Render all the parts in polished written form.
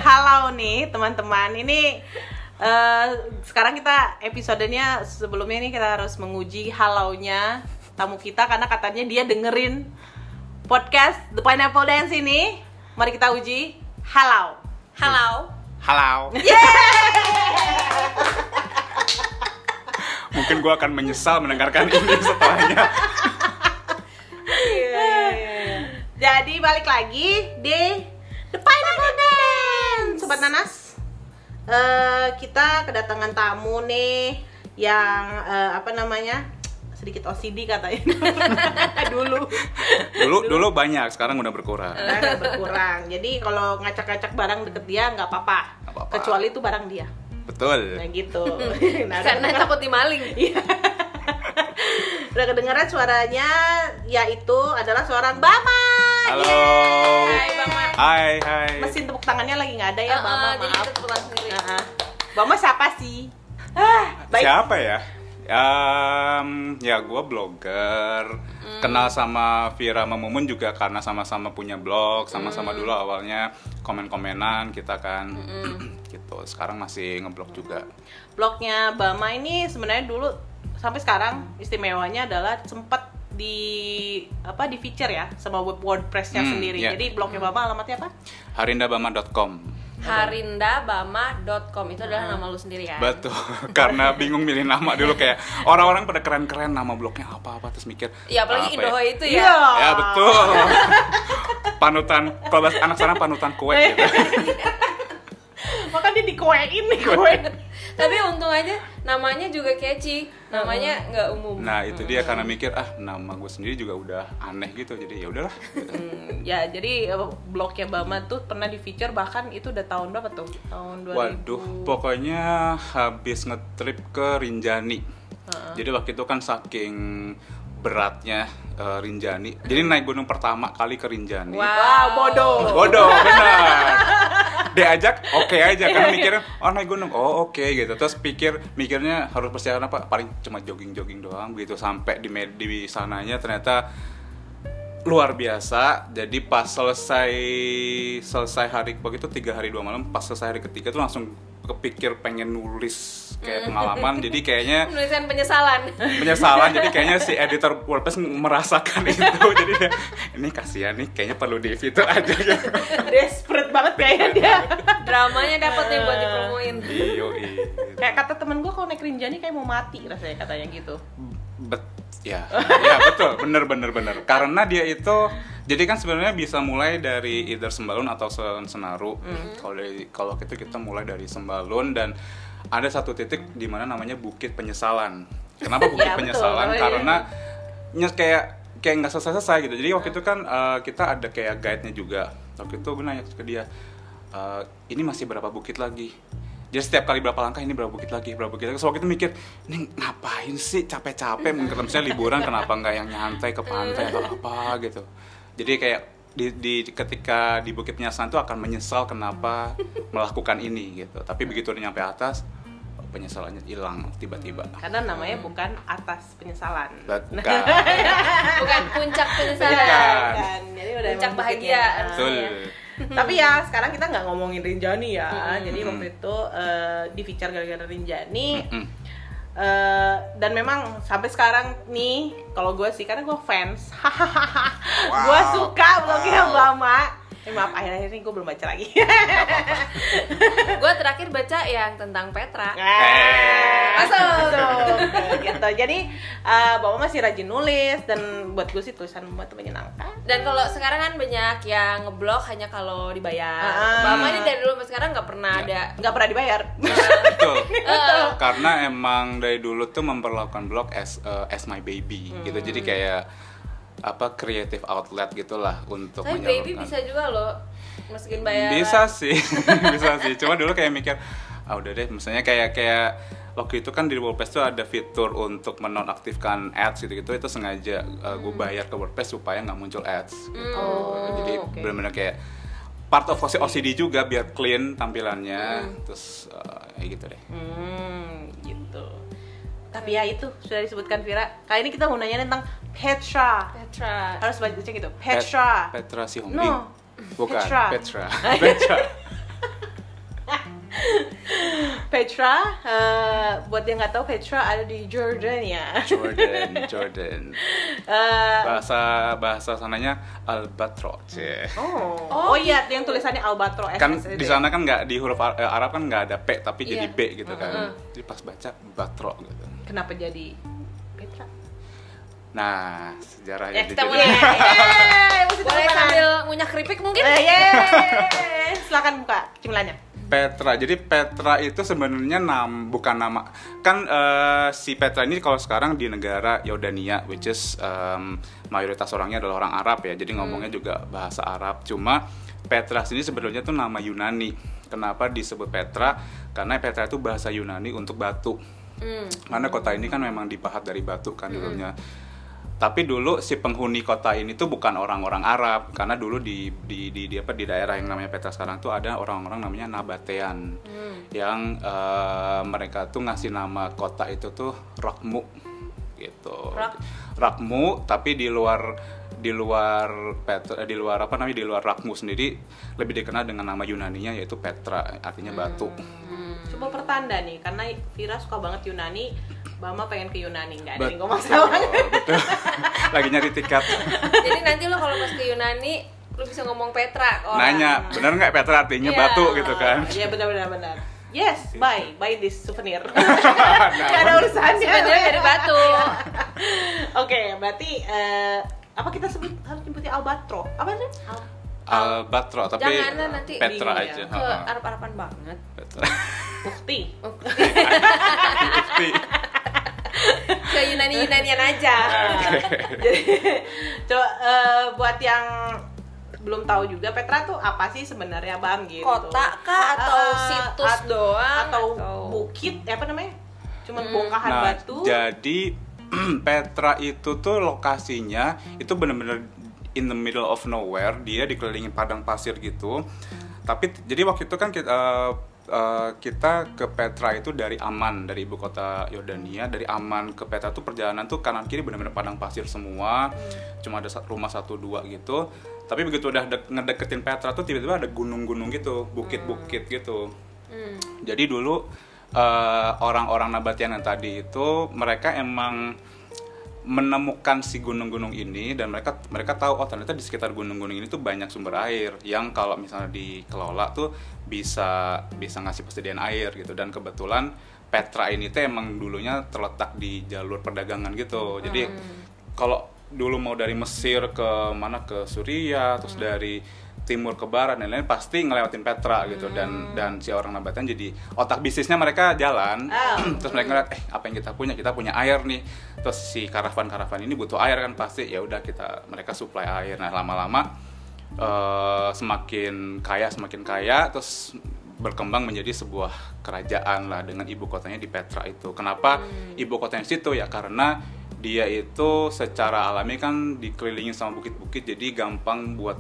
Halo nih teman-teman, ini sekarang kita episodenya sebelumnya ini kita harus menguji halaunya tamu kita karena katanya dia dengerin podcast The Pineapple Dance ini. Mari kita uji. Halau. Mungkin gue akan menyesal mendengarkan ini setelahnya. Jadi balik lagi di The Pineapple Dance, Sobat Nanas. Kita kedatangan tamu nih yang sedikit OCD katanya. Dulu banyak, sekarang udah berkurang. Jadi kalau ngacak-ngacak barang deket dia nggak apa-apa. Kecuali itu barang dia. Betul. Nah gitu. Karena takut dimaling. Iya. Udah kedengaran suaranya, yaitu adalah seorang Bama. Halo. Hai Bama. Hai. Mesin tepuk tangannya lagi nggak ada ya Bama, Jadi maaf. kita tepuk tangan sendiri. Bama siapa sih? Baik. Siapa ya? Ya gue blogger. Kenal sama Vira sama Mumun juga karena sama-sama punya blog, sama-sama dulu awalnya komen-komenan kita kan. Gitu. Sekarang masih ngeblog juga. Blognya Bama ini sebenarnya dulu sampai sekarang istimewanya adalah sempat di feature ya sama web WordPress-nya sendiri. Yeah. Jadi blognya Bama alamatnya apa? harindabama.com. harindabama.com itu adalah nama lu sendiri kan? Betul, karena bingung milih nama dulu, kayak orang-orang pada keren-keren nama blognya apa-apa, terus mikir Iya, apalagi apa Indohoy itu Iya. ya. Ya betul. Panutan, kalau anak sekarang panutan kue gitu. Maka dia dikuein nih kue. Tapi untung aja namanya juga catchy, namanya nggak umum. Nah itu dia, karena mikir nama gue sendiri juga udah aneh gitu, jadi ya udahlah. Ya jadi blognya Bama tuh pernah di feature, bahkan itu udah tahun berapa tuh? Tahun 2000. Waduh, pokoknya habis ngetrip ke Rinjani. Jadi waktu itu kan saking beratnya Rinjani, jadi naik gunung pertama kali ke Rinjani. Wow, bodoh, benar. Diajak oke aja, karena mikirnya naik gunung, oke gitu. Terus mikirnya harus persiapan apa, paling cuma jogging doang begitu. Sampai di sananya ternyata luar biasa. Jadi pas selesai hari begitu 3 hari 2 malam, pas selesai hari ketiga tuh langsung kepikir pengen nulis kayak pengalaman. Jadi kayaknya Penulisan penyesalan. Jadi kayaknya si editor WordPress merasakan itu. Jadi dia, ini kasihan nih, kayaknya perlu di fitur aja gitu. Desperate banget kayaknya dia. Dramanya dapat nih buat dipromoin. Iya. Kayak kata temen gue, kalau naik Rinjani kayak mau mati rasanya, katanya gitu. Ya betul, bener. Karena dia itu, jadi kan sebenarnya bisa mulai dari either Sembalun atau Senaru. Kalau kita mulai dari Sembalun, dan ada satu titik di mana namanya Bukit Penyesalan. Kenapa Bukit Penyesalan? Betul. Karena kayak nggak selesai gitu. Jadi waktu itu kan kita ada kayak guide-nya juga. Waktu itu gue nanya ke dia, ini masih berapa bukit lagi? Jadi setiap kali berapa langkah, ini berapa bukit lagi. So waktu itu mikir, ini ngapain sih capek-capek, mungkin misalnya liburan kenapa nggak yang nyantai ke pantai atau apa gitu. Jadi kayak ketika di Bukit Penyesalan itu akan menyesal kenapa melakukan ini gitu. Tapi begitu udah nyampe atas, penyesalannya hilang tiba-tiba. Karena namanya bukan atas penyesalan. Bukan puncak penyesalan. Bukan. Jadi udah Puncak emang bahagia. bukitnya. Betul. Tapi ya sekarang kita nggak ngomongin Rinjani ya. Jadi waktu itu di feature gara-gara Rinjani. Dan memang sampai sekarang nih, kalau gue sih, karena gue fans. Gue suka blognya Bama. Maaf, akhir-akhir ini gue belum baca lagi. Gue terakhir baca yang tentang Petra. Masuk. Gitu. Jadi Bama masih rajin nulis, dan buat gue sih tulisan Bama tuh menyenangkan. Dan kalau sekarang kan banyak yang ngeblog hanya kalau dibayar. Bama ini dari dulu sampai sekarang nggak pernah ada. Nggak pernah dibayar. Betul. Karena emang dari dulu tuh memperlakukan blog as my baby gitu. Jadi kayak creative outlet gitulah untuk Tapi menyalurkan. baby bisa juga loh masukin bayaran. Bisa sih. Cuma dulu kayak mikir, udah deh, misalnya kayak waktu itu kan di WordPress tuh ada fitur untuk menonaktifkan ads gitu. Itu sengaja gue bayar ke WordPress supaya nggak muncul ads gitu. Jadi benar-benar kayak part of OCD juga, biar clean tampilannya. Terus gitu deh. Gitu. Tapi ya itu sudah disebutkan Vira. Kali ini kita mau nanya tentang Petra. Harus baca gitu. Petra. Petra Sihombing. No. Bukan. Petra. Petra. Petra, buat yang nggak tahu Petra ada di Jordania. Jordan. Bahasa sananya albatross. Oh iya, yang tulisannya albatross. Kan di sana kan nggak di huruf Arab kan nggak ada P tapi jadi B gitu kan. Jadi pas baca batross gitu. Kenapa jadi Petra? Nah, sejarahnya kita mulai. Boleh sambil ngunyah keripik mungkin? Silakan buka cemilannya. Petra. Jadi Petra itu sebenarnya bukan nama. Kan si Petra ini kalau sekarang di negara Yordania, which is mayoritas orangnya adalah orang Arab ya. Jadi ngomongnya juga bahasa Arab. Cuma Petra sini sebenarnya tuh nama Yunani. Kenapa disebut Petra? Karena Petra itu bahasa Yunani untuk batu. Karena kota ini kan memang dipahat dari batu kan dulunya. Tapi dulu si penghuni kota ini tuh bukan orang-orang Arab, karena dulu di daerah yang namanya Petra sekarang tuh ada orang-orang namanya Nabatean, yang mereka tuh ngasih nama kota itu tuh Rakmu, gitu. Rakmu, tapi di luar Rakmu sendiri lebih dikenal dengan nama Yunaninya yaitu Petra, artinya batu. Coba pertanda nih, karena Vira suka banget Yunani. Bama pengen ke Yunani, nggak ada yang ngomong sama. Betul. Lagi nyari tiket. Jadi nanti lo kalau pas ke Yunani, lo bisa ngomong Petra. Nanya, bener nggak Petra artinya batu gitu kan? Iya benar. Yes, buy this souvenir. Nggak ada urusannya. Sebenarnya dari batu. Oke, berarti apa kita harus nyebutnya albatro? Apa sih? Albatro, tapi jangan nanti Petra aja. Ke Arab-Araban banget. Petra. Bukti. Ke Yunanian aja. Jadi coba buat yang belum tahu juga Petra tuh apa sih sebenarnya Bang gitu. Kota kah atau situs doang atau bukit apa namanya? Cuma bongkahan batu. Jadi Petra itu tuh lokasinya itu benar-benar in the middle of nowhere, dia dikelilingi padang pasir gitu. Tapi jadi waktu itu kan kita ke Petra itu dari Amman, dari ibu kota Yordania. Dari Amman ke Petra tuh perjalanan tuh kanan kiri benar-benar padang pasir semua. Cuma ada rumah 1-2 gitu. Tapi begitu udah ngedeketin Petra tuh tiba-tiba ada gunung-gunung gitu, bukit-bukit gitu. Jadi dulu orang-orang Nabatean yang tadi itu mereka emang menemukan si gunung-gunung ini dan mereka tahu ternyata di sekitar gunung-gunung ini tuh banyak sumber air yang kalau misalnya dikelola tuh bisa ngasih persediaan air gitu. Dan kebetulan Petra ini tuh emang dulunya terletak di jalur perdagangan gitu. Jadi kalau dulu mau dari Mesir ke Suriah, terus dari timur ke barat dan lain-lain pasti ngelewatin Petra gitu. Dan si orang Nabatean jadi otak bisnisnya mereka jalan. Terus mereka ngeliat apa yang kita punya air nih. Terus si karavan ini butuh air kan, pasti ya udah mereka supply air. Nah lama-lama semakin kaya terus berkembang menjadi sebuah kerajaan lah dengan ibu kotanya di Petra itu. Kenapa ibu kotanya situ ya? Karena dia itu secara alami kan dikelilingi sama bukit-bukit, jadi gampang buat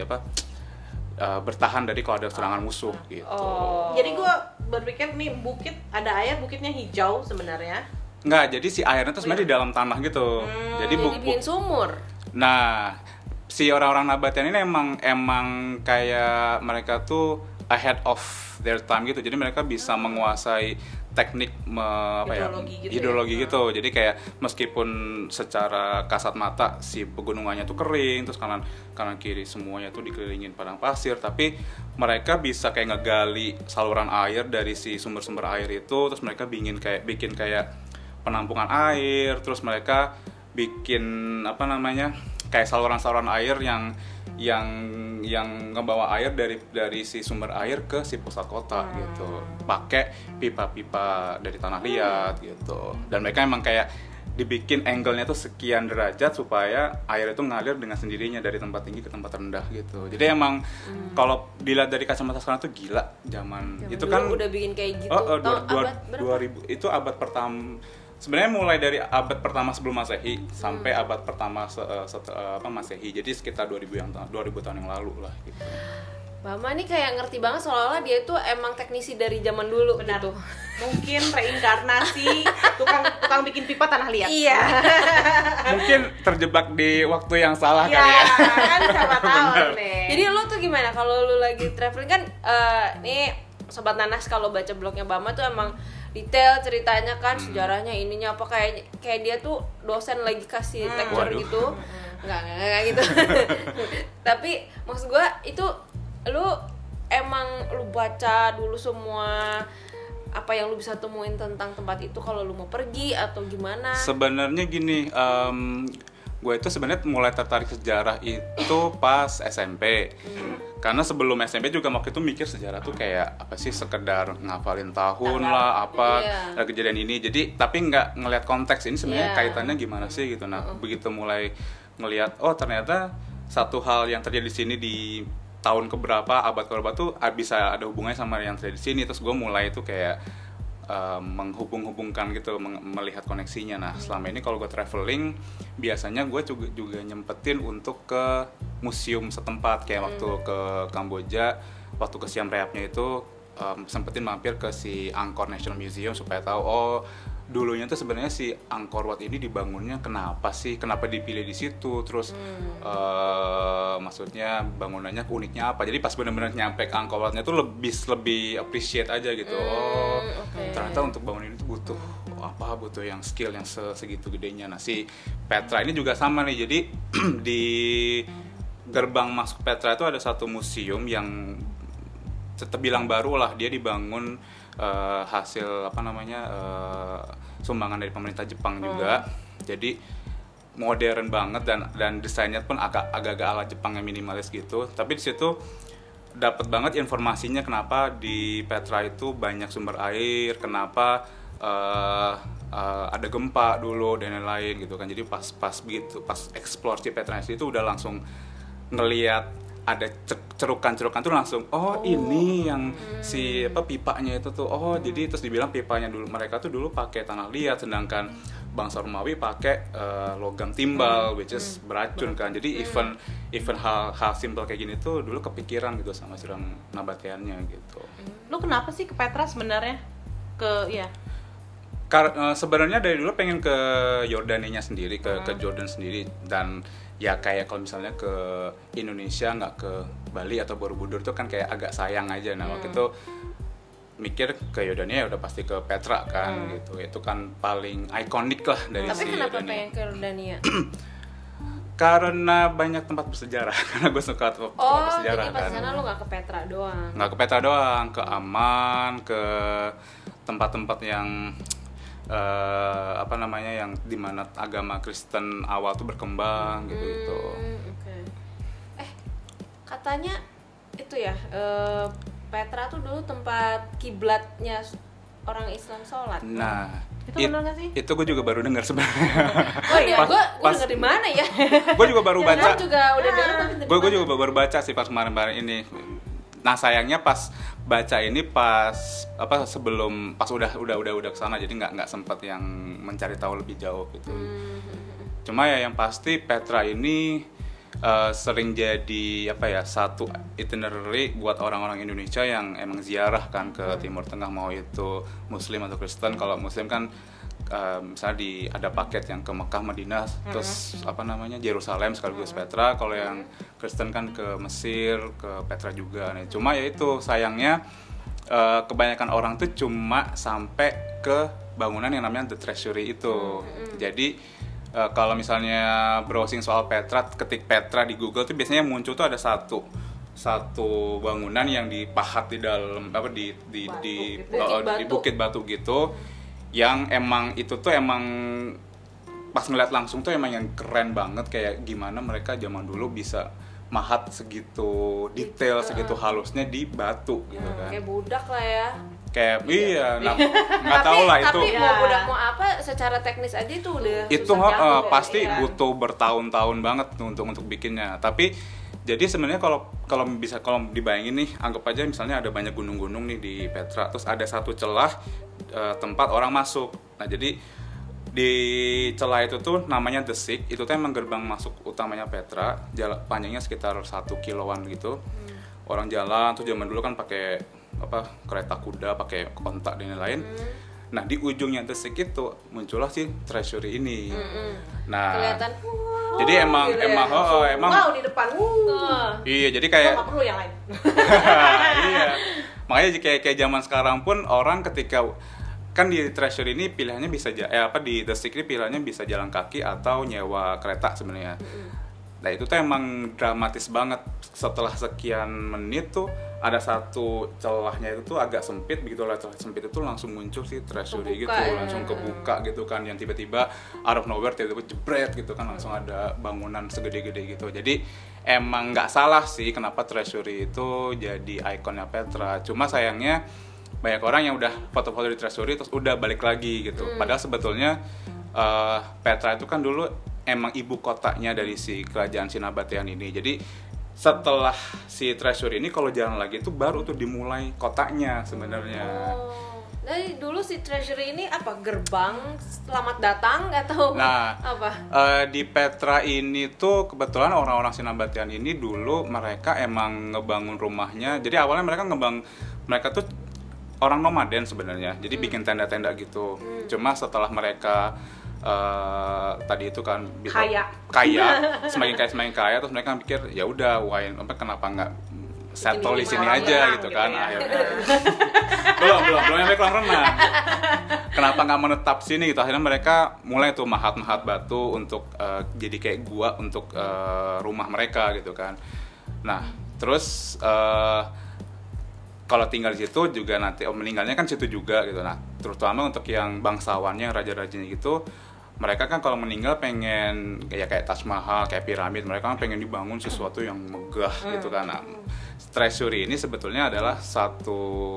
bertahan dari kalau ada serangan musuh gitu. Jadi gue berpikir nih bukit ada air, bukitnya hijau sebenarnya. Enggak, jadi si airnya tuh sebenarnya di dalam tanah gitu. Jadi bikin sumur. Nah, si orang-orang Nabatean ini emang kayak mereka tuh ahead of their time gitu. Jadi mereka bisa menguasai teknik hidrologi gitu. Jadi kayak meskipun secara kasat mata si pegunungannya tuh kering, terus kanan kiri semuanya tuh dikelilingin padang pasir, tapi mereka bisa kayak ngegali saluran air dari si sumber-sumber air itu, terus mereka bikin kayak penampungan air, terus mereka bikin kayak saluran-saluran air yang ngebawa air dari si sumber air ke si pusat kota gitu, pakai pipa-pipa dari tanah liat gitu. Dan mereka emang kayak dibikin angle-nya tuh sekian derajat supaya air itu ngalir dengan sendirinya dari tempat tinggi ke tempat rendah gitu. Jadi emang kalau dilihat dari kacamata sekarang tuh gila zaman itu kan udah bikin kayak gitu. 2000 itu abad pertama. Sebenarnya mulai dari abad pertama sebelum Masehi sampai abad pertama Masehi. Jadi sekitar 2000 tahun yang lalu lah gitu. Mama nih kayak ngerti banget seolah-olah dia tuh emang teknisi dari zaman dulu. Benar. Gitu. Mungkin reinkarnasi tukang bikin pipa tanah liat. Iya. Mungkin terjebak di waktu yang salah kali ya. ya. Kan siapa tahu nih. Jadi lo tuh gimana kalau lo lagi traveling kan nih Sobat Nanas kalau baca blognya Bama tuh emang detail ceritanya kan, sejarahnya ininya apa, kayak dia tuh dosen lagi kasih lecture gitu. Enggak gitu. Tapi maksud gue itu lu baca dulu semua apa yang lu bisa temuin tentang tempat itu kalau lu mau pergi atau gimana? Sebenarnya gini, gue itu sebenarnya mulai tertarik sejarah itu pas SMP. Karena sebelum SMP juga waktu itu mikir sejarah tuh kayak apa sih, sekedar ngafalin tahun lah apa ada kejadian ini. Jadi tapi nggak ngelihat konteks ini sebenarnya kaitannya gimana sih gitu. Nah begitu mulai ngelihat oh ternyata satu hal yang terjadi di sini di tahun keberapa, abad keberapa tuh bisa ada hubungannya sama yang terjadi di sini. Terus gue mulai itu kayak menghubung-hubungkan gitu, melihat koneksinya. Nah selama ini kalau gue traveling biasanya gue juga nyempetin untuk ke museum setempat, kayak waktu ke Kamboja, waktu ke Siem Reapnya itu sempetin mampir ke si Angkor National Museum supaya tahu oh dulunya tuh sebenarnya si Angkor Wat ini dibangunnya kenapa dipilih di situ, terus maksudnya bangunannya uniknya apa. Jadi pas benar-benar nyampe ke Angkor Watnya tuh lebih appreciate aja gitu. Ternyata untuk bangun ini tuh butuh yang skill yang segitu gedenya. Nah si Petra ini juga sama nih. Jadi di gerbang masuk Petra itu ada satu museum yang terbilang baru lah, dia dibangun hasil sumbangan dari pemerintah Jepang juga. Jadi modern banget dan desainnya pun agak-agak ala Jepang yang minimalis gitu. Tapi di situ dapat banget informasinya kenapa di Petra itu banyak sumber air, kenapa ada gempa dulu dan lain-lain gitu kan. Jadi pas explore si Petra itu udah langsung ngelihat ada cerukan-cerukan tuh langsung ini yang si pipanya itu tuh jadi terus dibilang pipanya dulu mereka tuh dulu pakai tanah liat, sedangkan bangsa Romawi pakai logam timbal which is beracun kan. Jadi even hal simple kayak gini tuh dulu kepikiran gitu sama Sunan Nabateannya gitu. Lu kenapa sih ke Petra sebenarnya? Sebenarnya dari dulu pengen ke Yordania sendiri, ke Jordan sendiri, dan ya kayak kalau misalnya ke Indonesia nggak ke Bali atau Borobudur tuh kan kayak agak sayang aja. Nah waktu itu mikir ke Yordania ya udah pasti ke Petra kan gitu. Itu kan paling ikonik lah dari Tapi si kenapa Yordania. pengen ke Yordania? Karena banyak tempat bersejarah. Karena gue suka tempat bersejarah jadi pas kan. sana lu nggak ke Petra doang? Nggak ke Petra doang, ke Amman, ke tempat-tempat yang yang dimana agama Kristen awal tuh berkembang gitu. Katanya itu ya Petra tuh dulu tempat kiblatnya orang Islam sholat. Nah itu benar nggak sih? Itu gue juga baru dengar sebenarnya. Gue denger di mana ya? Gue juga baru baca. Gue juga baru baca sih pas kemarin ini. Nah sayangnya pas baca ini sebelum udah kesana, jadi nggak sempat yang mencari tahu lebih jauh gitu. Cuma ya yang pasti Petra ini sering jadi satu itinerary buat orang-orang Indonesia yang emang ziarah kan ke Timur Tengah, mau itu Muslim atau Kristen. Kalau Muslim kan misalnya ada paket yang ke Mekah, Madinah, terus Yerusalem sekaligus Petra. Kalau yang Kristen kan ke Mesir, ke Petra juga nih. Cuma ya itu sayangnya kebanyakan orang tuh cuma sampai ke bangunan yang namanya The Treasury itu. Jadi kalau misalnya browsing soal Petra, ketik Petra di Google tuh biasanya muncul tuh ada satu bangunan yang dipahat di dalam di bukit batu gitu, yang emang itu tuh emang pas ngeliat langsung tuh emang yang keren banget, kayak gimana mereka zaman dulu bisa mahat segitu detail, segitu halusnya di batu gitu kan. Kayak budak lah ya. Kayak nggak tahu lah itu. Tapi mau budak mau apa, secara teknis aja itu udah itu pasti butuh bertahun-tahun banget untuk bikinnya. Tapi jadi sebenarnya kalau dibayangin nih, anggap aja misalnya ada banyak gunung-gunung nih di Petra, terus ada satu celah tempat orang masuk. Nah jadi di celah itu tuh namanya The Sick, itu tuh emang gerbang masuk utamanya Petra, panjangnya sekitar 1 kiloan gitu. Orang jalan tuh zaman dulu kan pakai kereta kuda, pakai kontak dan lain-lain. Nah di ujungnya The Sick itu muncullah si Treasury ini. Nah kelihatan jadi emang wow di depan iya, jadi kayak nggak perlu yang lain. iya, Makanya kayak zaman sekarang pun orang ketika kan di Treasury ini pilihannya bisa di The Stick ini pilihannya bisa jalan kaki atau nyewa kereta sebenarnya. Nah itu tuh emang dramatis banget, setelah sekian menit tuh ada satu celahnya itu tuh agak sempit, begitu lah celah sempit itu langsung muncul si Treasury gitu, langsung kebuka gitu kan, yang tiba-tiba out of nowhere tiba-tiba jebret gitu kan, langsung ada bangunan segede-gede gitu. Jadi emang nggak salah sih kenapa Treasury itu jadi ikonnya Petra, cuma sayangnya banyak orang yang udah foto-foto di Treasury terus udah balik lagi gitu. Padahal sebetulnya Petra itu kan dulu emang ibu kotanya dari si kerajaan Sinabatean ini. Jadi setelah si Treasury ini kalau jalan lagi itu baru tuh dimulai kotanya sebenarnya. Dari dulu si Treasury ini apa, gerbang selamat datang atau apa? Di Petra ini tuh kebetulan orang-orang Sinabatean ini dulu mereka emang ngebangun rumahnya. Jadi awalnya mereka tuh orang nomaden sebenarnya. Jadi bikin tenda-tenda gitu. Cuma setelah mereka tadi itu kan kaya semakin kaya terus mereka pikir ya udah kenapa nggak settle di sini aja gitu kan ya. Akhirnya belum sampai kolam renang, kenapa nggak menetap sini gitu. Akhirnya mereka mulai tuh mahat batu untuk jadi kayak gua untuk rumah mereka gitu kan. Nah terus kalau tinggal di situ juga nanti meninggalnya kan situ juga gitu. Nah terutama untuk yang bangsawannya, raja-rajanya gitu, mereka kan kalau meninggal pengen kayak Taj Mahal, kayak piramid, mereka kan pengen dibangun sesuatu yang megah gitu kan. Nah, Treasury ini sebetulnya adalah satu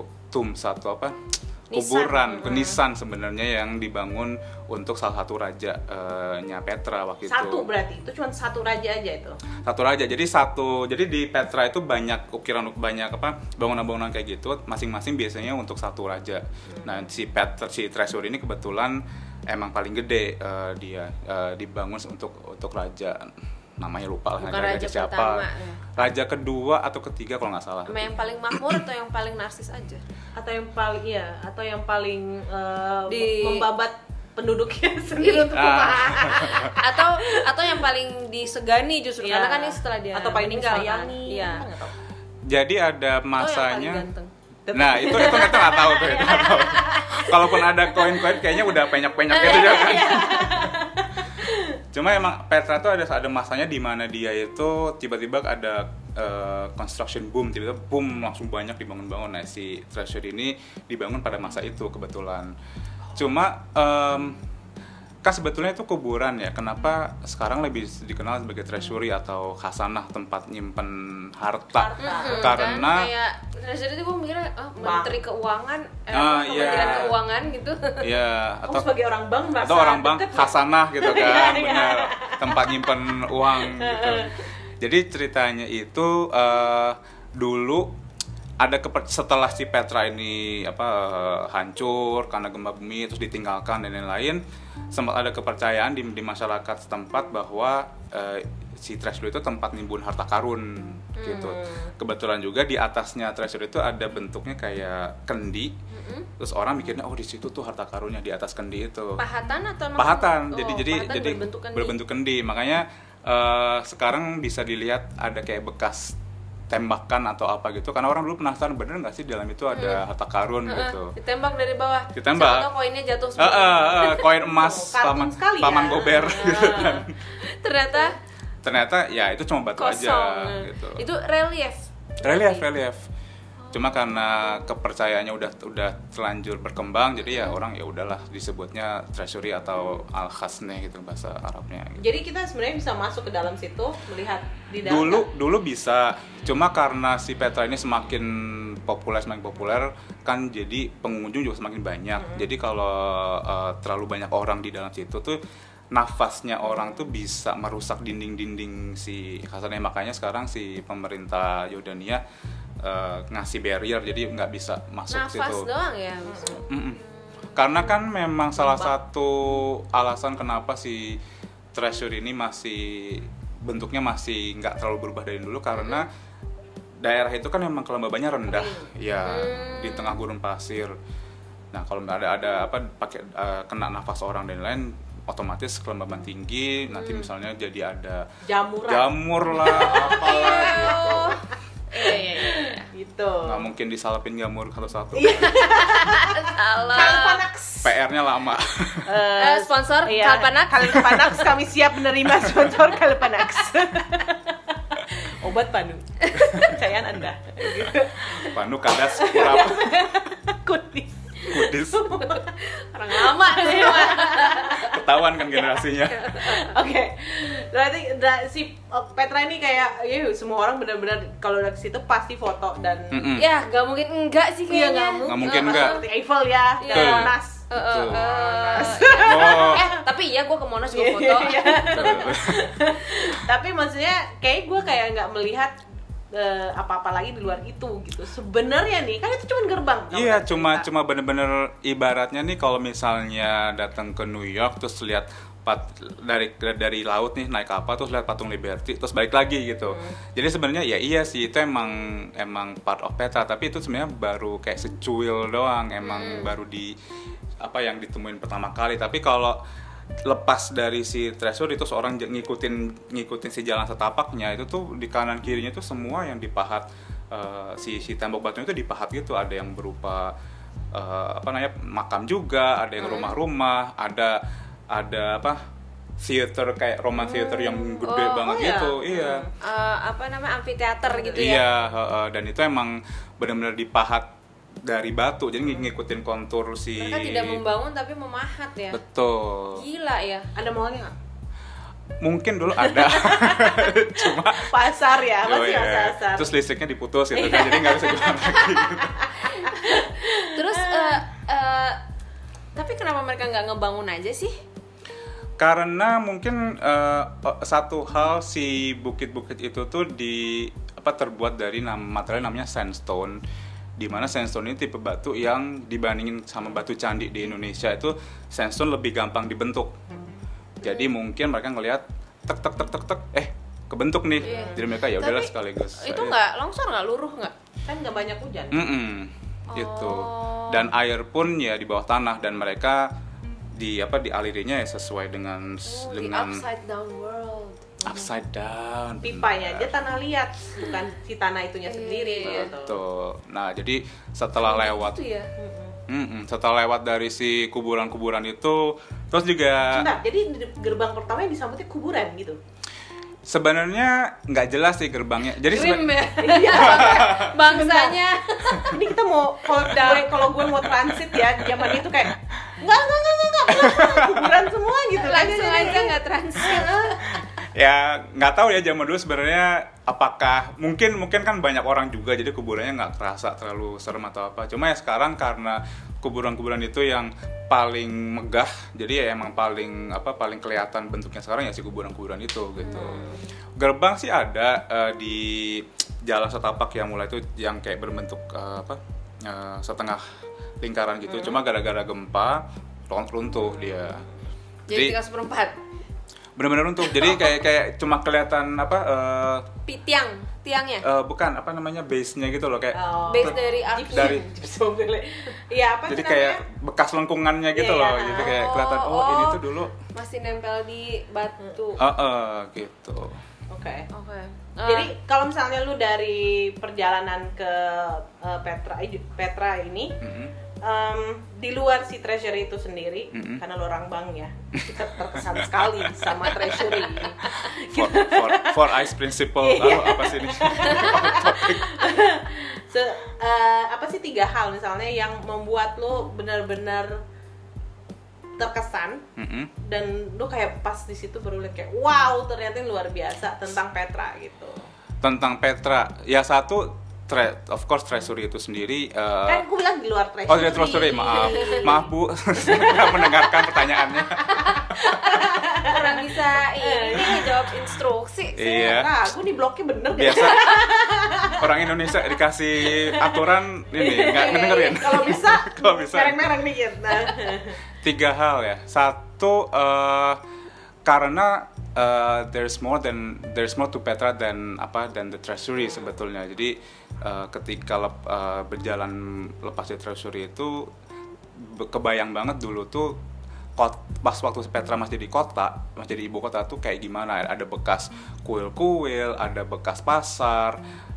kuburan, nisan sebenarnya yang dibangun untuk salah satu raja nya Petra waktu itu. Satu berarti itu cuma satu raja aja itu. Satu raja. Jadi di Petra itu banyak bangunan-bangunan kayak gitu, masing-masing biasanya untuk satu raja. Nah, si Treasury ini kebetulan emang paling gede dia dibangun untuk raja, namanya lupa lah raja siapa. Pertama, ya. Raja kedua atau ketiga kalau nggak salah. Sama yang paling makmur atau yang paling narsis aja? Atau yang paling membabat penduduknya sendiri untuk atau yang paling disegani justru karena kan ini setelah dia atau paling meninggal disayangi. Iya. Jadi ada masanya. Atau yang paling ganteng. Nah itu nggak tahu tuh. Kalaupun ada koin-koin kayaknya udah penyok-penyok gitu juga kan. Cuma emang Petra tuh ada masanya di mana dia itu tiba-tiba ada construction boom, tiba-tiba boom langsung banyak dibangun-bangun. Nah si Treasury ini dibangun pada masa itu kebetulan. Cuma kan sebetulnya itu kuburan ya. Kenapa sekarang lebih dikenal sebagai Treasury atau khazanah, tempat nyimpen harta? Karena kan kayak Treasury itu gue mikirnya menteri keuangan, kementerian keuangan gitu. Iya, atau sebagai orang bank atau orang bank khazanah gitu kan, benar. Tempat nyimpen uang gitu. Jadi ceritanya itu dulu ada setelah si Petra ini hancur karena gempa bumi terus ditinggalkan dan lain-lain, sempat ada kepercayaan di masyarakat setempat bahwa si Treasury itu tempat nimbun harta karun gitu. Kebetulan juga di atasnya Treasury itu ada bentuknya kayak kendi. Terus orang mikirnya di situ tuh harta karunnya di atas kendi itu. Pahatan atau pahatan. Jadi berbentuk kendi. Makanya sekarang bisa dilihat ada kayak bekas tembakan atau apa gitu, karena orang dulu penasaran bener nggak sih di dalam itu ada harta karun gitu. Ditembak dari bawah. Ditembak. Siapa tahu koinnya jatuh semua. Koin emas paman Gober gitu kan. Ternyata ya itu cuma batu kosong aja gitu. Itu relief. Cuma karena kepercayaannya udah terlanjur berkembang, jadi ya orang ya udahlah disebutnya Treasury atau Al-Khazanah gitu bahasa Arabnya gitu. Jadi kita sebenarnya bisa masuk ke dalam situ melihat di dalam. Dulu bisa, cuma karena si Petra ini semakin populer kan, jadi pengunjung juga semakin banyak. Jadi kalau terlalu banyak orang di dalam situ tuh nafasnya orang tuh bisa merusak dinding-dinding si Khazanah. Makanya sekarang si pemerintah Yordania ngasih barrier, jadi nggak bisa masuk situ. Nafas doang ya? Karena kan memang salah satu alasan kenapa si Treasury ini bentuknya masih nggak terlalu berubah dari dulu, karena daerah itu kan memang kelembabannya rendah, di tengah gurun pasir. Nah kalau ada pakai kena nafas orang dan lain, otomatis kelembaban tinggi, nanti misalnya jadi ada jamur lah, apalah gitu. Gitu. mungkin disalapin jamur satu-satu. Salah. Kalpanax. PR-nya lama. Sponsor Iya, Kalpanax. Kalpanax, kami siap menerima sponsor Kalpanax. Obat Panu. Percayaan Anda. Panu kadas kurap Kudis. kudis. Orang lama nih semua. Ketahuan kan generasinya. Oke. Berarti si Petra ini kayak semua orang benar-benar kalau dari situ pasti foto dan Mm-mm. Ya, gak mungkin enggak sih iya kayaknya. Nggak mungkin enggak. Seperti Eiffel ya, Iya. dan Monas. Betul. Monas. Oh. Tapi iya gue ke Monas juga foto. Iya. Tapi maksudnya kayak gue kayak nggak melihat apa-apa lagi di luar itu gitu. Sebenarnya nih kan itu cuma gerbang. Iya, cuma bener-bener ibaratnya nih kalau misalnya datang ke New York terus lihat dari laut nih naik kapal terus lihat patung Liberty terus balik lagi gitu. Jadi sebenarnya ya iya sih itu emang part of Petra, tapi itu sebenarnya baru kayak secuil doang, emang baru di apa yang ditemuin pertama kali. Tapi kalau lepas dari si treasure itu seorang ngikutin si jalan setapaknya itu tuh di kanan kirinya tuh semua yang dipahat si tembok batunya itu dipahat gitu, ada yang berupa apa namanya makam juga, ada yang rumah-rumah, ada apa theater kayak Roman theater yang gede banget gitu. Iya. Apa namanya amphitheater gitu ya. Iya, dan itu emang benar-benar dipahat dari batu, jadi ngikutin kontur si. Mereka tidak membangun tapi memahat ya. Betul. Gila ya. Ada mallnya nggak? Mungkin dulu ada, cuma Pasar ya, oh masih iya. pasar. Terus listriknya diputus gitu kan, jadi nggak bisa jalan lagi. Gitu. Terus tapi kenapa mereka nggak ngebangun aja sih? Karena mungkin satu hal si bukit-bukit itu tuh terbuat dari material namanya sandstone, di mana sandstone ini tipe batu yang dibandingin sama batu candi di Indonesia itu sandstone lebih gampang dibentuk. Jadi mungkin mereka ngelihat tek kebentuk nih. Iya. Jadi mereka ya udahlah Tapi sekaligus. Itu nggak longsor, nggak luruh nggak? Kan nggak banyak hujan. Gitu. Dan air pun ya di bawah tanah, dan mereka dialirinya ya sesuai dengan The upside down world. upside down. Pipanya aja tanah liat, bukan si tanah itunya sendiri. Iya. Gitu. Tuh. Nah, jadi setelah lewat Itu ya. setelah lewat dari si kuburan-kuburan itu, terus juga Sebentar, jadi di gerbang pertama yang disambutnya kuburan gitu. sebenarnya nggak jelas sih gerbangnya. Jadi Grim ya. Iya. Bangsanya. Ini kita mau kalau gue mau transit ya, zaman itu kayak enggak, kuburan semua gitu. Langsung aja nggak transit. ya nggak tahu ya zaman dulu sebenarnya apakah mungkin kan banyak orang juga jadi kuburannya nggak terasa terlalu serem atau apa. Cuma ya sekarang karena kuburan-kuburan itu yang paling megah, jadi ya emang paling kelihatan bentuknya sekarang ya si kuburan-kuburan itu gitu. Gerbang sih ada di jalan setapak yang mulai itu yang kayak berbentuk setengah lingkaran gitu. Cuma gara-gara gempa runtuh dia. Jadi 3/4. Benar-benar runtuh. Jadi kayak cuma kelihatan Tiangnya. bukan apa namanya base-nya gitu loh, kayak Base dari arknya. dari Iya, apa jadi sih kayak namanya? bekas lengkungannya gitu Iya, loh. iya. Jadi kayak kelihatan ini tuh dulu masih nempel di batu. gitu. Oke. Oke. Jadi kalau misalnya lu dari perjalanan ke Petra ini, di luar si treasury itu sendiri, karena lu orang bank ya, kita terkesan sekali sama treasury. For ice principle. Apa sih ini? Apa sih 3 hal misalnya yang membuat lu benar-benar terkesan dan lu kayak pas di situ baru lihat kayak wow, ternyata ini luar biasa tentang Petra gitu. Tentang Petra, ya satu of course treasury itu sendiri. Kan gue bilang di luar treasury. Oh, di treasury, maaf Bu, saya nggak mendengarkan pertanyaannya. Kurang bisa ini jawab instruksi. Iya. Nah, gue di bloknya bener gak? Biasa orang Indonesia dikasih aturan ini nggak ngedengerin. Kalau bisa, Kalau bisa. mereng-mereng dikit. Nah. 3 hal ya. Satu, karena there's more to Petra than the treasury sebetulnya. Jadi ketika berjalan lepas dari treasury itu kebayang banget dulu tuh pas waktu Petra masih di kota, masih di ibu kota tuh kayak gimana. Ada bekas kuil-kuil, ada bekas pasar,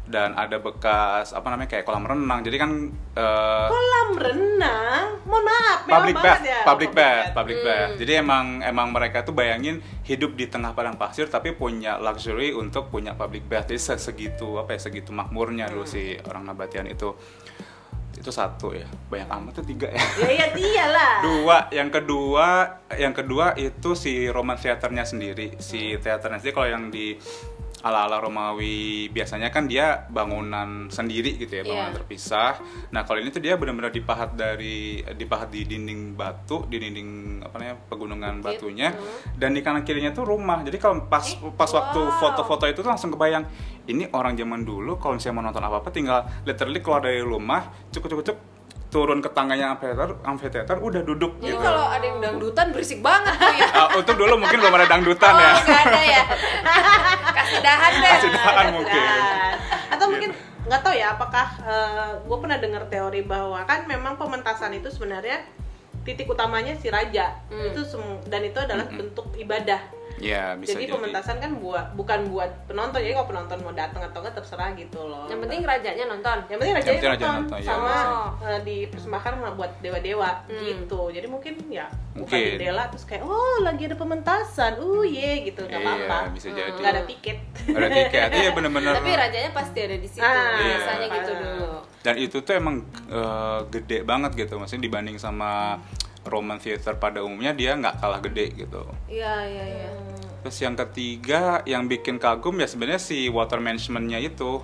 dan ada bekas kayak kolam renang. Jadi kan kolam renang, mohon maaf, public mewah bath, banget ya. public bath. Jadi emang mereka tuh bayangin hidup di tengah padang pasir tapi punya luxury untuk punya public bath. Jadi segitu segitu makmurnya dulu si orang Nabatean itu. Itu satu ya, banyak amat tuh 3 ya. Ya iyalah. 2, yang kedua itu si Roman Theaternya sendiri. Si teaternya sendiri kalau yang di ala-ala Romawi biasanya kan dia bangunan sendiri gitu ya, bangunan terpisah. Nah, kalau ini tuh dia benar-benar dipahat di dinding batu, di dinding pegunungan batunya, dan di kanan kirinya tuh rumah. Jadi kalau pas waktu foto-foto itu tuh langsung kebayang, ini orang zaman dulu kalau misalnya mau nonton apa-apa tinggal literally keluar dari rumah, cuk turun ke tangganya amphitheater, udah duduk. Jadi gitu. kalau ada yang dangdutan berisik banget tuh ya. Untuk dulu mungkin belum ada dangdutan ya. Oh, nggak ada ya. Kasih dahan deh. Kasih dahan mungkin. Atau mungkin nggak tahu ya, apakah gue pernah dengar teori bahwa kan memang pementasan itu sebenarnya titik utamanya si raja. Dan itu adalah bentuk ibadah. Ya, bisa jadi pementasan kan bukan buat penonton. Jadi kalau penonton mau datang atau enggak terserah gitu loh. Yang penting rajanya nonton. Yang penting rajanya nonton. Ya, sama dipersembahkan buat dewa-dewa gitu. Jadi mungkin ya bukan jendela terus kayak lagi ada pementasan. Gitu, enggak apa-apa. Iya, bisa jadi. Enggak ada tiket. Ada tiket. Iya benar-benar. Tapi rajanya pasti ada di situ. Biasanya gitu dulu. Dan itu tuh emang gede banget gitu. Maksudnya dibanding sama Roman Theater pada umumnya dia nggak kalah gede gitu. Iya. Terus yang ketiga yang bikin kagum ya sebenarnya si water management-nya itu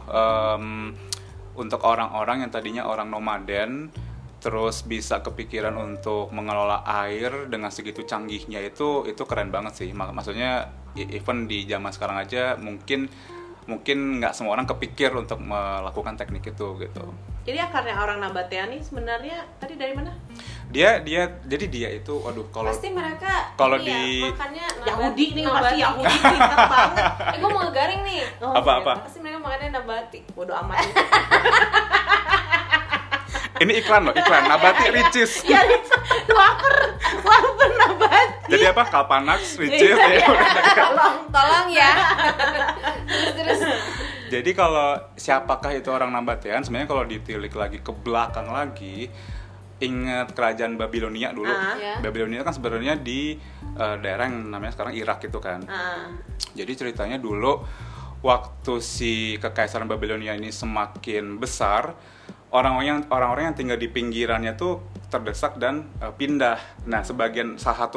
untuk orang-orang yang tadinya orang nomaden terus bisa kepikiran untuk mengelola air dengan segitu canggihnya itu keren banget sih. Maksudnya even di zaman sekarang aja mungkin nggak semua orang kepikir untuk melakukan teknik itu gitu. Jadi akarnya orang Nabatean ini sebenarnya tadi dari mana? Dia itu kalau pasti mereka kalau makannya Yahudi nih, pasti Yahudi pintar banget. Gue mau garing nih. Apa? Pasti mereka makannya nabati. Bodoh amat. Ini iklan Nabati Ricis. Ya, wafer Nabati. Jadi apa? Kalpanax, Ricis ya. Tolong ya. Terus. Jadi kalau siapakah itu orang Nabatean? Sebenarnya kalau ditilik lagi ke belakang lagi, ingat kerajaan Babilonia dulu. Babilonia kan sebenarnya di daerah yang namanya sekarang Irak itu kan. Jadi ceritanya dulu waktu si kekaisaran Babilonia ini semakin besar, orang-orang yang tinggal di pinggirannya tuh terdesak dan pindah. Nah, salah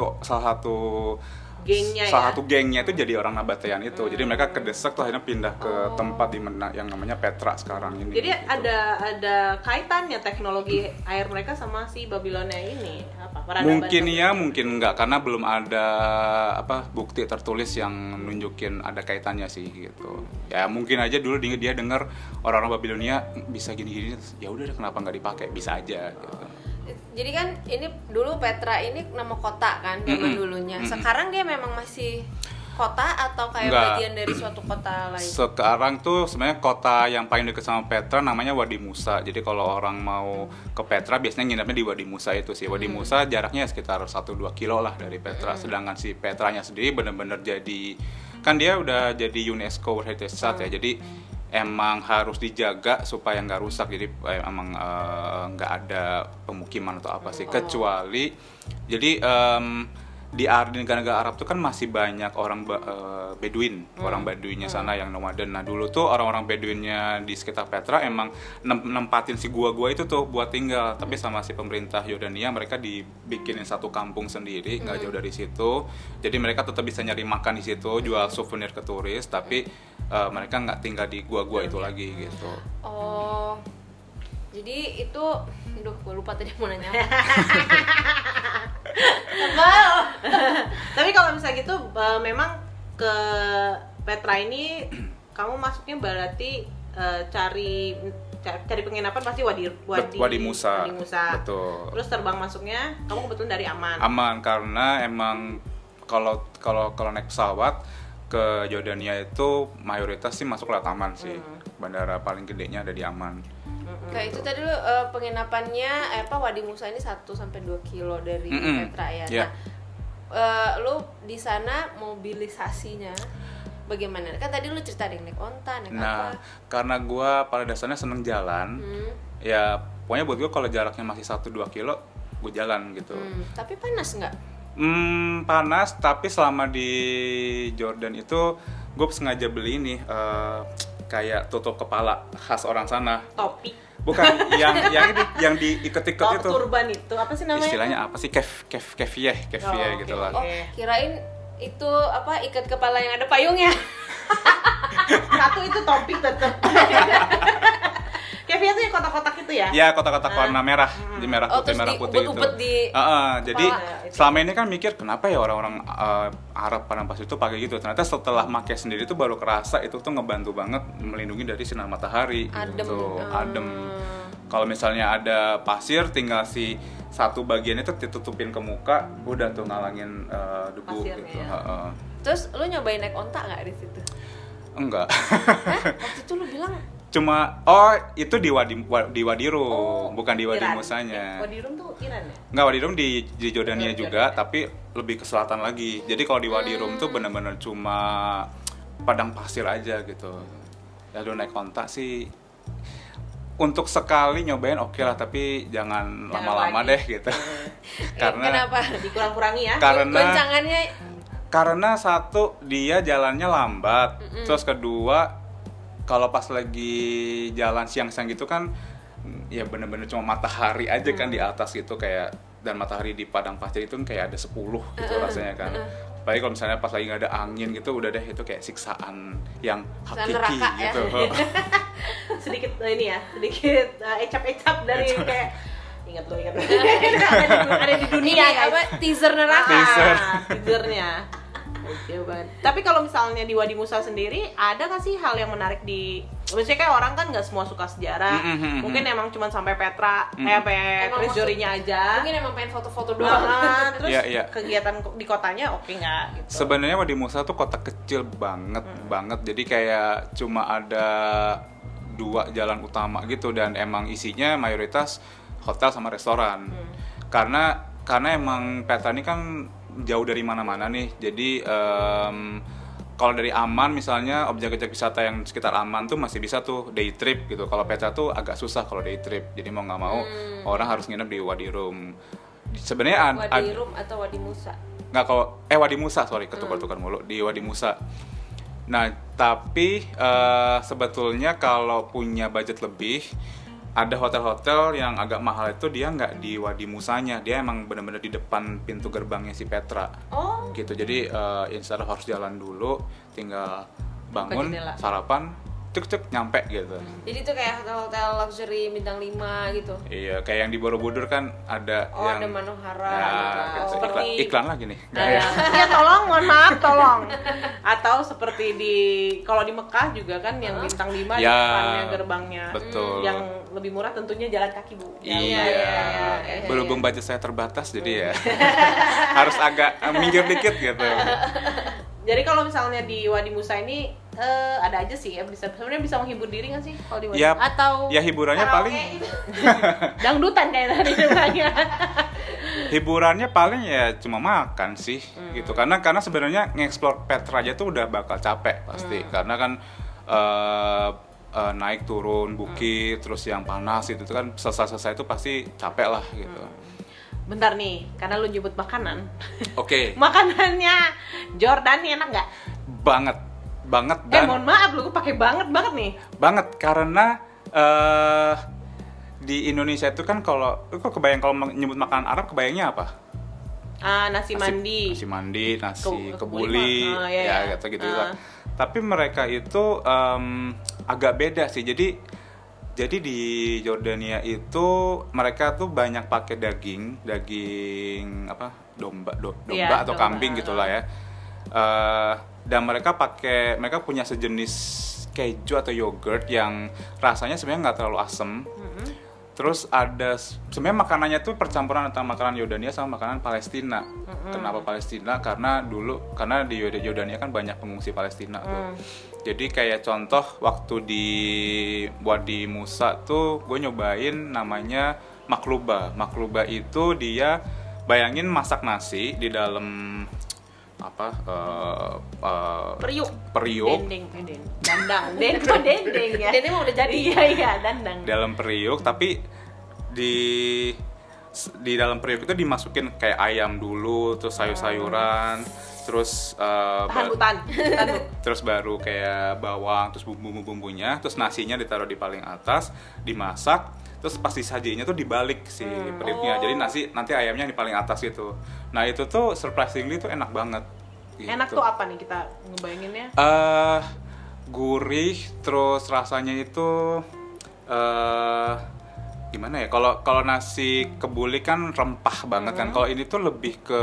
satu gengnya itu jadi orang Nabatean itu. Jadi mereka kedesak tuh akhirnya pindah ke tempat di mana yang namanya Petra sekarang ini. Jadi gitu. ada kaitannya teknologi air mereka sama si Babilonia ini apa? Mungkin ya, mungkin enggak karena belum ada bukti tertulis yang nunjukin ada kaitannya sih gitu. Ya mungkin aja dulu dia dengar orang-orang Babilonia bisa gini-gini, ya udah kenapa nggak dipakai, bisa aja gitu. Jadi kan ini dulu Petra ini nama kota kan zaman dulunya. Sekarang dia memang masih kota atau kayak bagian dari suatu kota lain? Sekarang tuh sebenarnya kota yang paling dekat sama Petra namanya Wadi Musa. Jadi kalau orang mau ke Petra biasanya nginepnya di Wadi Musa itu sih. Wadi Musa jaraknya sekitar 1-2 kilo lah dari Petra. Sedangkan si Petranya sendiri benar-benar kan dia udah jadi UNESCO World Heritage Site ya. Jadi emang harus dijaga supaya nggak rusak. Jadi emang nggak ada pemukiman atau apa sih, kecuali jadi di negara-negara Arab tuh kan masih banyak orang Beduin, orang Beduinnya sana yang nomaden. Nah dulu tuh orang-orang Beduinnya di sekitar Petra emang nempatin si gua-gua itu tuh buat tinggal. Tapi sama si pemerintah Yordania mereka dibikinin satu kampung sendiri nggak jauh dari situ. Jadi mereka tetap bisa nyari makan di situ, jual souvenir ke turis. Tapi mereka nggak tinggal di gua-gua itu lagi gitu. Oh, jadi itu, gue lupa tadi mau nanya. Tapi kalau misalnya gitu memang ke Petra ini kamu masuknya berarti cari penginapan pasti Wadi Musa. Betul. Terus terbang masuknya kamu kebetulan dari Aman. Aman karena emang kalau naik pesawat ke Yordania itu mayoritas sih masuk lewat Aman sih. Bandara paling gedenya ada di Aman. Kayak itu tadi lu penginapannya Wadi Musa ini 1-2 kilo dari Petra ya. Yeah. Nah, lu di sana mobilisasinya bagaimana? Kan tadi lu cerita naik onta, naik Nah, apa? karena gue pada dasarnya seneng jalan, ya pokoknya buat gue kalau jaraknya masih 1-2 kilo, gue jalan gitu. Tapi panas nggak? Panas, tapi selama di Jordan itu gue sengaja beli ini kayak tutup kepala khas orang sana. Topi. Bukan yang ini yang diiket-iket itu. Turban itu apa sih namanya? Istilahnya apa sih? Kefieh gitu lah. Oh, kirain itu apa ikat kepala yang ada payungnya. Satu itu topi tetap. Kevia tuh yang kotak-kotak itu ya? Ya, kotak-kotak warna merah, di merah putih gitu. Ubet-ubet di Jadi selama ini kan mikir kenapa ya orang-orang Arab padang pasir itu pakai gitu. Ternyata setelah pakai sendiri tuh baru kerasa itu tuh ngebantu banget melindungi dari sinar matahari. Adem. Gitu. Adem. Kalau misalnya ada pasir, tinggal si satu bagian itu ditutupin ke muka, udah tuh ngalangin debu Pasirnya, gitu. ya. Terus lu nyobain naik onta nggak di situ? Enggak. Hah? Waktu itu lu bilang Cuma itu di Wadirum, bukan di Wadi Iran. Musanya. Wadirum tuh Iran ya? Enggak, Wadirum di Jordania juga, tapi lebih ke selatan lagi. Jadi kalau di Wadirum tuh benar-benar cuma padang pasir aja gitu. Ya lu naik onta sih untuk sekali nyobain oke lah, tapi jangan lama-lama deh gitu. Karena kenapa? Dikurang-kurangi ya? Karena satu dia jalannya lambat, terus kedua kalau pas lagi jalan siang-siang gitu kan ya bener-bener cuma matahari aja kan di atas gitu kayak, dan matahari di padang pasir itu kayak ada 10 gitu rasanya kan. Apalagi kalau misalnya pas lagi nggak ada angin gitu, udah deh itu kayak siksaan yang hakiki gitu. Sedikit ini ya, sedikit ecap-ecap dari kayak ingat lo ada di dunia Ini apa teaser neraka. teasernya. Oke banget. Tapi kalau misalnya di Wadi Musa sendiri ada nggak sih hal yang menarik di, maksudnya kayak orang kan nggak semua suka sejarah, mungkin emang cuma sampai Petra, sampai Treasury-nya aja. Mungkin emang pengen foto-foto doang. Terus Iya. kegiatan di kotanya oke nggak gitu? Sebenarnya Wadi Musa tuh kota kecil banget. Jadi kayak cuma ada 2 jalan utama gitu, dan emang isinya mayoritas hotel sama restoran. Karena emang Petra ini kan jauh dari mana-mana nih. Jadi kalau dari Amman misalnya, objek-objek wisata yang sekitar Amman tuh masih bisa tuh day trip gitu. Kalau Petra tuh agak susah kalau day trip. Jadi mau nggak mau orang harus nginep di Wadirum. Sebenarnya Wadirum atau Wadi Musa? Nggak, kalau Wadi Musa, sorry, ketukar-tukar mulu, di Wadi Musa. Nah, tapi sebetulnya kalau punya budget lebih, ada hotel-hotel yang agak mahal itu dia nggak di Wadi Musanya, dia emang benar-benar di depan pintu gerbangnya si Petra. Gitu. Jadi instead of harus jalan dulu, tinggal bangun, sarapan, cek nyampe gitu. Jadi itu kayak hotel-hotel luxury bintang 5 gitu. Iya, kayak yang di Borobudur kan ada yang ada Manohara. gitu. Seperti Iklan lagi nih. Ya tolong, mohon maaf, tolong. Atau seperti kalau di Mekah juga kan yang bintang 5 di depannya gerbangnya. Betul. Yang lebih murah tentunya jalan kaki, Bu. Iya. Berhubung budget saya terbatas jadi ya harus agak minggir dikit gitu. Jadi kalau misalnya di Wadi Musa ini ada aja sih ya, sebenarnya bisa menghibur diri nggak sih kalau di Wadi? Ya, atau ya hiburannya paling dangdutan kayak tadi namanya. Hiburannya paling ya cuma makan sih gitu, karena sebenarnya nge-explore Petra aja tuh udah bakal capek pasti, karena kan naik turun bukit terus yang panas itu kan selesai itu pasti capek lah gitu. Bentar nih, karena lu nyebut makanan. Oke. Makanannya Jordan enak nggak? Banget dan mohon maaf lu pakai banget nih. Banget karena di Indonesia itu kan kalau kebayang kalau nyebut makanan Arab kebayangnya apa? Nasi mandi, nasi kebuli, ya gitu. Tapi mereka itu agak beda sih. Jadi di Jordania itu mereka tuh banyak pakai daging apa domba atau kambing gitulah ya. Dan mereka punya sejenis keju atau yogurt yang rasanya sebenarnya nggak terlalu asem. Terus ada sebenarnya makanannya tuh percampuran antara makanan Yordania sama makanan Palestina. Kenapa Palestina? Karena di Yordania kan banyak pengungsi Palestina tuh. Jadi kayak contoh waktu di Wadi Musa tuh gue nyobain namanya makluba. Makluba itu dia bayangin masak nasi di dalam periuk dandang dendeng ya. Dendeng mah udah jadi. Iya dandang. Dalam periuk, tapi di dalam periuk itu dimasukin kayak ayam dulu, terus sayur-sayuran, terus terus baru kayak bawang, terus bumbu-bumbunya, terus nasinya ditaruh di paling atas, dimasak, terus pas disajinya tuh dibalik si periuknya. Jadi nanti ayamnya di paling atas gitu. Nah itu tuh surprisingly tuh enak banget. Gitu. Enak tuh apa nih kita ngebayanginnya? Gurih, terus rasanya itu gimana ya? Kalau nasi kebuli kan rempah banget kan. Kalau ini tuh lebih ke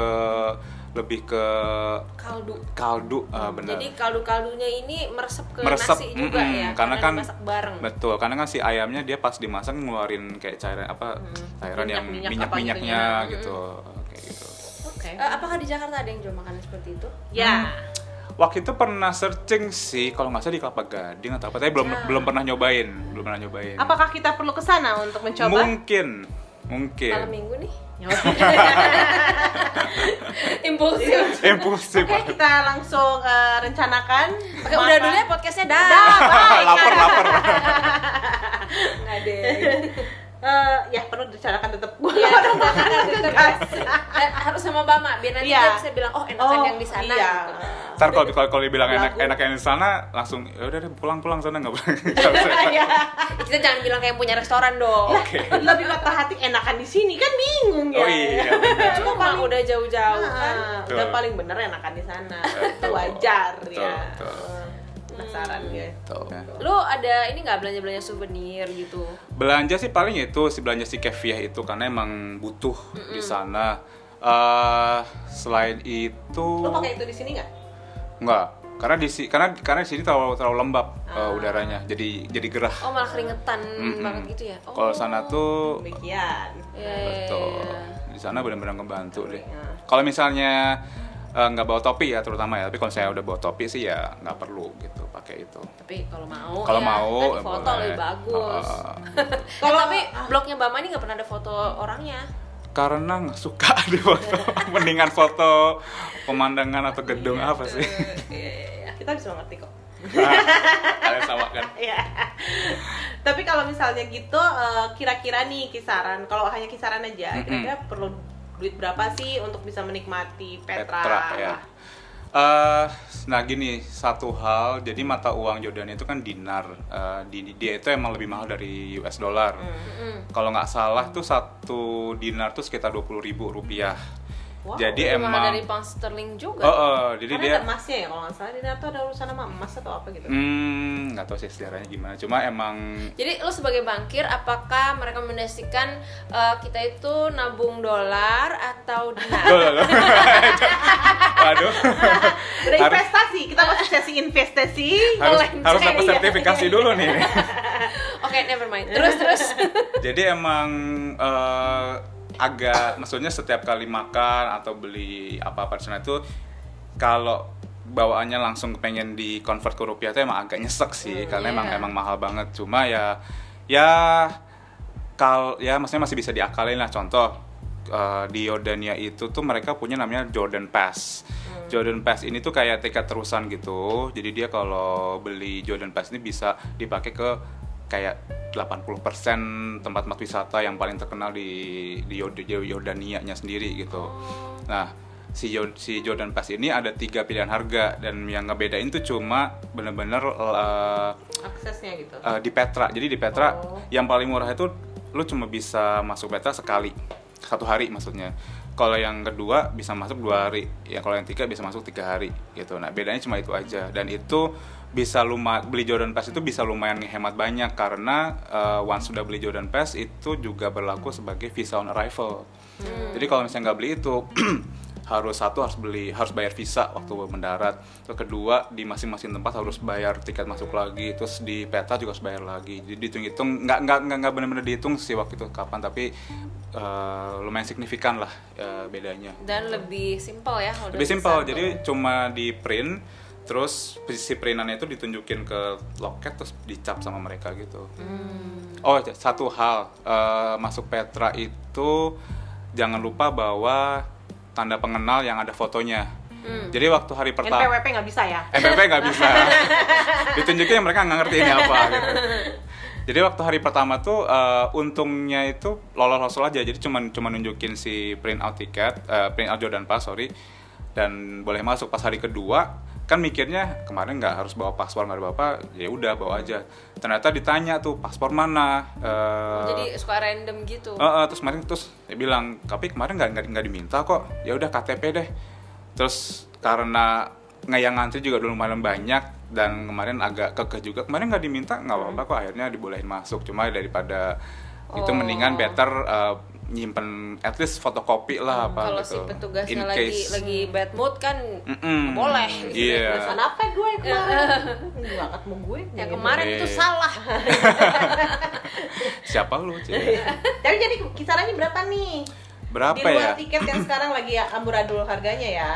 kaldu. Benar. Jadi kaldunya ini meresap ke nasi juga ya, karena kan dimasak bareng. Betul, karena kan si ayamnya dia pas dimasak ngeluarin kayak cairan yang minyak-minyaknya gitu. Kayak gitu. Oke. Apakah di Jakarta ada yang jual makanan seperti itu? Ya. Waktu itu pernah searching sih, kalau nggak salah di Kelapa Gading atau apa, tapi belum pernah nyobain. Apakah kita perlu ke sana untuk mencoba? Mungkin. Malam minggu nih. Ya, Impulsif. Oke, kita langsung rencanakan. Oke, udah dulu ya podcastnya dah. Lapar. Nggak deh. Ya perlu direncanakan tetap. Iya, harus sama Bama biar nanti dia bisa bilang enakan yang di sana. Iya. Gitu. Ntar kalau dibilang enak yang di sana, langsung ya udah deh pulang sana nggak boleh. Kita jangan bilang kayak punya restoran dong. Lebih patah hati enakan di sini kan bingung ya. Oh iya. Cuma udah jauh-jauh kan. Udah paling bener enakan di sana. Itu wajar ya. Penasaran ya. Lu ada ini nggak belanja souvenir gitu? Belanja sih paling itu belanja si kefiah itu karena emang butuh di sana. Selain itu. Lu pakai itu di sini nggak? Nggak, karena di sini terlalu lembab udaranya, jadi gerah. Oh malah keringetan banget gitu ya? Kalau sana tuh demikian. Betul. Di sana benar-benar ngebantu deh. Kalau misalnya nggak bawa topi ya terutama ya, tapi kalau saya udah bawa topi sih ya nggak perlu gitu pakai itu. Tapi kalau mau kan foto boleh. lebih bagus. Tapi blognya Bama ini nggak pernah ada foto orangnya. Karena nggak suka di foto, mendingan foto pemandangan atau gedung apa sih? Iya, kita bisa mengerti kok. Kalian sama kan? Iya. Tapi kalau misalnya gitu, kira-kira nih kisaran, kalau hanya kisaran aja, kira-kira perlu duit berapa sih untuk bisa menikmati Petra ya. Nah gini, satu hal, jadi mata uang Jordania itu kan dinar. Dia itu emang lebih mahal dari US dollar. Kalau nggak salah tuh satu dinar tuh sekitar 20.000 rupiah. Wow, jadi emang dari pound sterling juga. Karena Jadi dia ada emasnya ya kalau nggak salah, dinar tuh ada urusan sama emas atau apa gitu. Nggak tahu sih sejarahnya gimana. Cuma emang. Jadi lo sebagai bankir, apakah merekomendasikan kita itu nabung dolar atau dinar? Waduh. Udah investasi, kita masuk sesi investasi. Harus dapat sertifikasi dulu nih. Oke, never mind. Terus. Jadi emang agak, maksudnya setiap kali makan atau beli apa-apa di sana itu, kalau bawaannya langsung pengen di convert ke rupiah itu emang agak nyesek sih, karena emang mahal banget. Cuma ya maksudnya masih bisa diakalin lah. Contoh di Yordania itu tuh mereka punya namanya Jordan Pass. Jordan Pass ini tuh kayak tiket terusan gitu. Jadi dia kalau beli Jordan Pass ini bisa dipakai ke kayak 80% tempat-tempat wisata yang paling terkenal di Yordania-nya sendiri gitu. Nah, si Jordan Pass ini ada 3 pilihan harga, dan yang ngebedain tuh cuma bener-bener aksesnya gitu. Di Petra. Jadi di Petra yang paling murah itu lu cuma bisa masuk Petra sekali, 1 hari maksudnya. Kalau yang kedua bisa masuk 2 hari, ya kalau yang 3 bisa masuk 3 hari gitu. Nah bedanya cuma itu aja, dan itu bisa beli Jordan Pass itu bisa lumayan ngehemat banyak, karena once sudah beli Jordan Pass itu juga berlaku sebagai visa on arrival. Jadi kalau misalnya nggak beli itu harus bayar visa waktu mendarat. Terus kedua, di masing-masing tempat harus bayar tiket masuk lagi. Terus di Petra juga harus bayar lagi. Jadi dihitung-hitung, nggak benar-benar dihitung sih waktu itu kapan, tapi lumayan signifikan lah bedanya. Dan lebih simpel ya. Lebih simpel, jadi cuma di print, terus si printannya itu ditunjukin ke loket, terus dicap sama mereka gitu. Oh, satu hal, masuk Petra itu jangan lupa bawa tanda pengenal yang ada fotonya. Jadi waktu hari pertama NPWP nggak bisa ya? NPWP nggak bisa. Ditunjukin mereka nggak ngerti ini apa gitu. Jadi waktu hari pertama tuh untungnya itu lolos aja. Jadi cuma nunjukin si print out Jordan Pass, dan boleh masuk. Pas hari kedua kan mikirnya kemarin nggak harus bawa paspor, nggak ada apa-apa, ya udah bawa aja. Ternyata ditanya tuh paspor mana. Jadi suka random gitu. Terus dia bilang, tapi kemarin nggak diminta kok. Ya udah KTP deh. Terus karena yang ngantri juga dulu lumayan banyak dan kemarin agak kekeh juga, kemarin nggak diminta, nggak apa-apa kok, akhirnya dibolehin masuk. Cuma daripada itu mendingan better nyimpen at least fotokopi lah apa kalau gitu. Si petugasnya lagi bad mood kan boleh. Iya. Kenapa gue kemarin nggak ketemu gue? Yang kemarin itu salah. Siapa lu, Cik? Tapi jadi kisarannya berapa nih? Berapa di luar ya? tiket yang sekarang lagi amburadul harganya ya?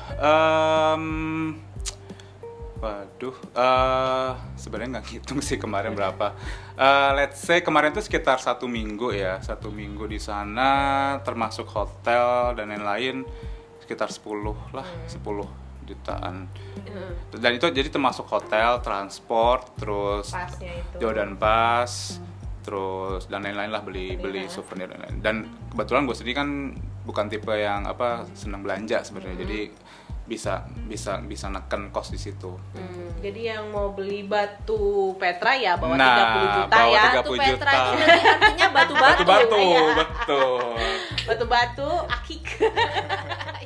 Waduh, sebenarnya nggak ngitung sih kemarin berapa. Let's say kemarin tuh sekitar 1 minggu ya, 1 minggu di sana termasuk hotel dan lain-lain sekitar 10 lah, 10 jutaan. Dan itu jadi termasuk hotel, transport, terus Pasnya itu. Jordan Pass, terus dan lain-lain lah, beli souvenir dan lain-lain. Dan kebetulan gue sendiri kan bukan tipe yang senang belanja sebenarnya, jadi bisa neken kos di situ. Jadi yang mau beli batu Petra ya bawa 30 juta bawa ya. 30 Batu Petra juta. itu nanti artinya batu-batu. Batu-batu, Iya. betul. Batu-batu akik.